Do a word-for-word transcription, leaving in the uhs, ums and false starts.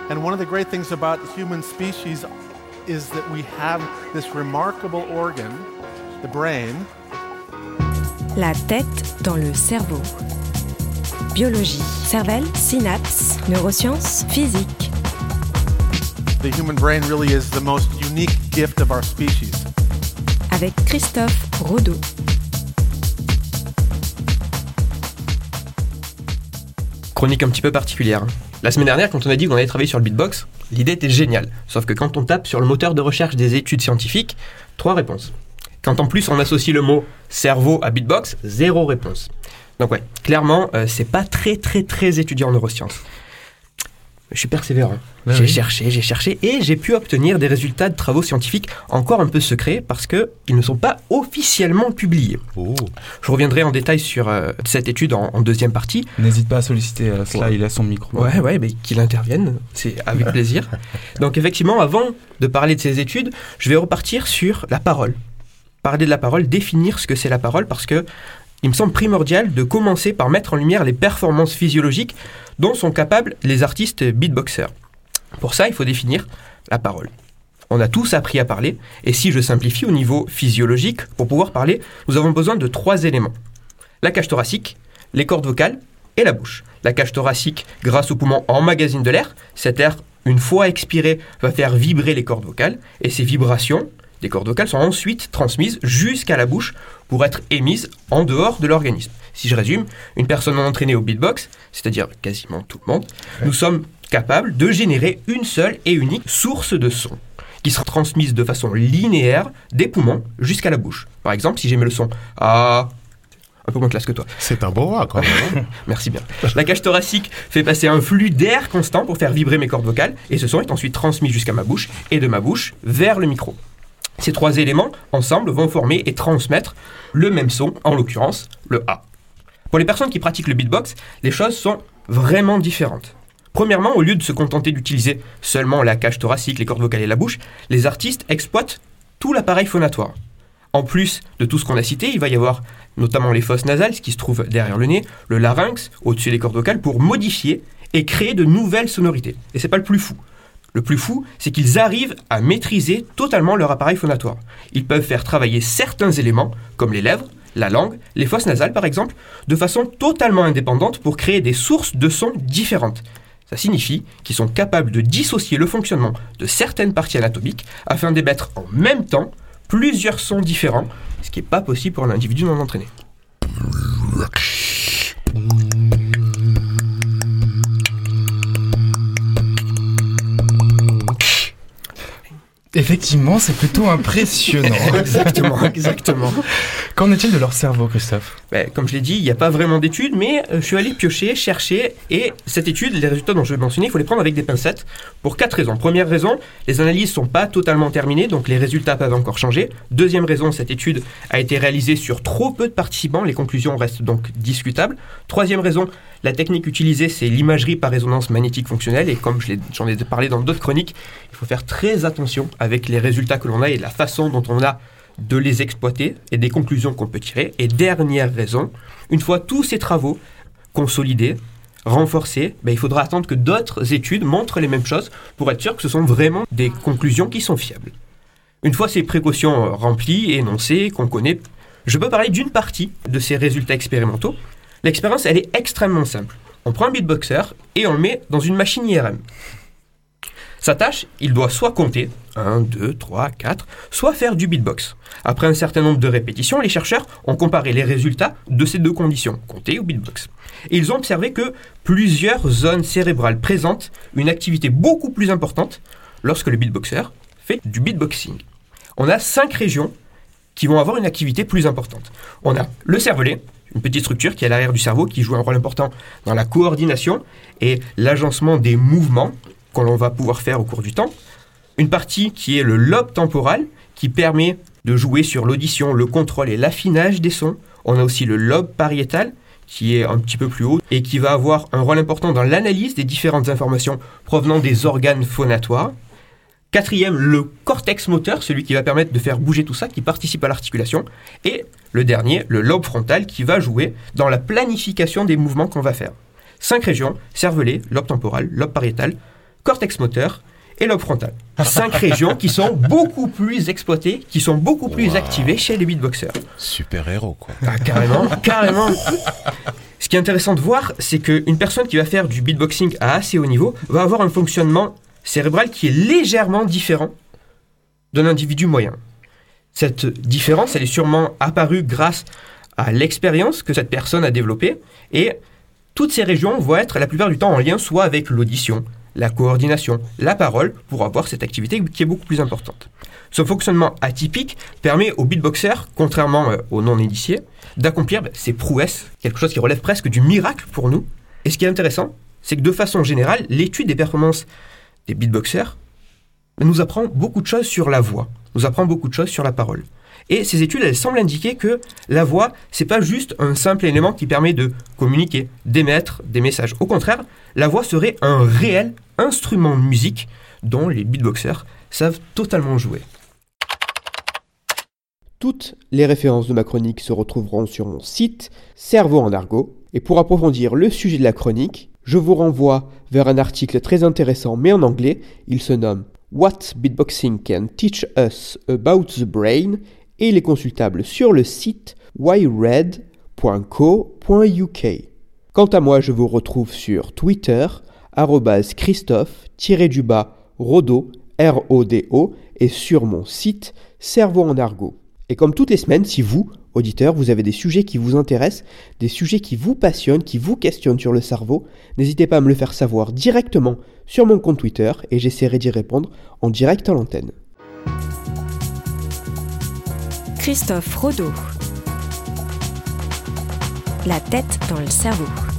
And one of the great things about the human species is that we have this remarkable organ, the brain. La tête dans le cerveau. Biologie, cervelle, synapses, neurosciences, physique. The human brain really is the most unique gift of our species. Avec Christophe Rodeau. Chronique un petit peu particulière. La semaine dernière, quand on a dit qu'on allait travailler sur le beatbox, l'idée était géniale. Sauf que quand on tape sur le moteur de recherche des études scientifiques, trois réponses. Quand en plus on associe le mot cerveau à beatbox, zéro réponse. Donc ouais, clairement, euh, c'est pas très très très étudiant en neurosciences. Je suis persévérant. Ouais, j'ai oui. cherché, j'ai cherché et j'ai pu obtenir des résultats de travaux scientifiques encore un peu secrets parce qu'ils ne sont pas officiellement publiés. Oh. Je reviendrai en détail sur euh, cette étude en, en deuxième partie. N'hésite pas à solliciter euh, cela, Ouais. il a son micro. Ouais, ouais, mais qu'il intervienne, c'est avec plaisir. Donc effectivement, avant de parler de ces études, je vais repartir sur la parole. Parler de la parole, définir ce que c'est la parole, parce que il me semble primordial de commencer par mettre en lumière les performances physiologiques dont sont capables les artistes beatboxers. Pour ça, il faut définir la parole. On a tous appris à parler, et si je simplifie au niveau physiologique, pour pouvoir parler, nous avons besoin de trois éléments. La cage thoracique, les cordes vocales et la bouche. La cage thoracique, grâce aux poumons, emmagasine de l'air. Cet air, une fois expiré, va faire vibrer les cordes vocales, et ces vibrations des cordes vocales sont ensuite transmises jusqu'à la bouche pour être émises en dehors de l'organisme. Si je résume, une personne non entraînée au beatbox, c'est-à-dire quasiment tout le monde, ouais. Nous sommes capables de générer une seule et unique source de son qui sera transmise de façon linéaire des poumons jusqu'à la bouche. Par exemple, si j'émets le son « ah », un peu moins classe que toi. C'est un beau roi, quand même. Merci bien. La cage thoracique fait passer un flux d'air constant pour faire vibrer mes cordes vocales et ce son est ensuite transmis jusqu'à ma bouche et de ma bouche vers le micro. Ces trois éléments, ensemble, vont former et transmettre le même son, en l'occurrence, le A. Pour les personnes qui pratiquent le beatbox, les choses sont vraiment différentes. Premièrement, au lieu de se contenter d'utiliser seulement la cage thoracique, les cordes vocales et la bouche, les artistes exploitent tout l'appareil phonatoire. En plus de tout ce qu'on a cité, il va y avoir notamment les fosses nasales, ce qui se trouve derrière le nez, le larynx, au-dessus des cordes vocales, pour modifier et créer de nouvelles sonorités. Et c'est pas le plus fou. Le plus fou, c'est qu'ils arrivent à maîtriser totalement leur appareil phonatoire. Ils peuvent faire travailler certains éléments, comme les lèvres, la langue, les fosses nasales par exemple, de façon totalement indépendante pour créer des sources de sons différentes. Ça signifie qu'ils sont capables de dissocier le fonctionnement de certaines parties anatomiques afin d'émettre en même temps plusieurs sons différents, ce qui n'est pas possible pour un individu non entraîné. Effectivement, c'est plutôt impressionnant. Exactement, exactement. Qu'en est-il de leur cerveau, Christophe ? Ben, comme je l'ai dit, il n'y a pas vraiment d'études, mais euh, je suis allé piocher, chercher, et cette étude, les résultats dont je vais mentionner, il faut les prendre avec des pincettes pour quatre raisons. Première raison, les analyses ne sont pas totalement terminées, donc les résultats peuvent encore changer. Deuxième raison, cette étude a été réalisée sur trop peu de participants, les conclusions restent donc discutables. Troisième raison, la technique utilisée, c'est l'imagerie par résonance magnétique fonctionnelle, et comme je l'ai, j'en ai parlé dans d'autres chroniques, il faut faire très attention avec les résultats que l'on a et la façon dont on a de les exploiter et des conclusions qu'on peut tirer. Et dernière raison, une fois tous ces travaux consolidés, renforcés, ben il faudra attendre que d'autres études montrent les mêmes choses pour être sûr que ce sont vraiment des conclusions qui sont fiables. Une fois ces précautions remplies, énoncées, qu'on connaît, je peux parler d'une partie de ces résultats expérimentaux. L'expérience, elle est extrêmement simple. On prend un beatboxer et on le met dans une machine I R M. Sa tâche, il doit soit compter, un, deux, trois, quatre, soit faire du beatbox. Après un certain nombre de répétitions, les chercheurs ont comparé les résultats de ces deux conditions, compter ou beatbox. Et ils ont observé que plusieurs zones cérébrales présentent une activité beaucoup plus importante lorsque le beatboxer fait du beatboxing. On a cinq régions qui vont avoir une activité plus importante. On a le cervelet, une petite structure qui est à l'arrière du cerveau, qui joue un rôle important dans la coordination et l'agencement des mouvements que l'on va pouvoir faire au cours du temps. Une partie qui est le lobe temporal, qui permet de jouer sur l'audition, le contrôle et l'affinage des sons. On a aussi le lobe pariétal, qui est un petit peu plus haut, et qui va avoir un rôle important dans l'analyse des différentes informations provenant des organes phonatoires. Quatrième, le cortex moteur, celui qui va permettre de faire bouger tout ça, qui participe à l'articulation. Et le dernier, le lobe frontal, qui va jouer dans la planification des mouvements qu'on va faire. Cinq régions, cervelet, lobe temporal, lobe pariétal, cortex moteur et lobe frontal. Cinq régions qui sont beaucoup plus exploitées, qui sont beaucoup plus Wow. activées chez les beatboxers. Super héros, quoi. Ah, carrément, carrément. Ce qui est intéressant de voir, c'est qu'une personne qui va faire du beatboxing à assez haut niveau va avoir un fonctionnement cérébral qui est légèrement différent d'un individu moyen. Cette différence, elle est sûrement apparue grâce à l'expérience que cette personne a développée, et toutes ces régions vont être la plupart du temps en lien soit avec l'audition, la coordination, la parole, pour avoir cette activité qui est beaucoup plus importante. Ce fonctionnement atypique permet aux beatboxers, contrairement euh, aux non-initiés, d'accomplir bah, ces prouesses, quelque chose qui relève presque du miracle pour nous. Et ce qui est intéressant, c'est que de façon générale, l'étude des performances des beatboxers nous apprend beaucoup de choses sur la voix, nous apprend beaucoup de choses sur la parole. Et ces études, elles semblent indiquer que la voix, c'est pas juste un simple élément qui permet de communiquer, d'émettre des messages. Au contraire, la voix serait un réel instrument de musique dont les beatboxers savent totalement jouer. Toutes les références de ma chronique se retrouveront sur mon site Cerveau en argot. Et pour approfondir le sujet de la chronique, je vous renvoie vers un article très intéressant mais en anglais. Il se nomme What Beatboxing Can Teach Us About the Brain et il est consultable sur le site why red point co point u k. Quant à moi, je vous retrouve sur Twitter, arobase Christophe-du-bas Rodo, R O D O, et sur mon site Cerveau en argot. Et comme toutes les semaines, si vous, auditeurs, vous avez des sujets qui vous intéressent, des sujets qui vous passionnent, qui vous questionnent sur le cerveau, n'hésitez pas à me le faire savoir directement sur mon compte Twitter et j'essaierai d'y répondre en direct à l'antenne. Christophe Rodo. La tête dans le cerveau.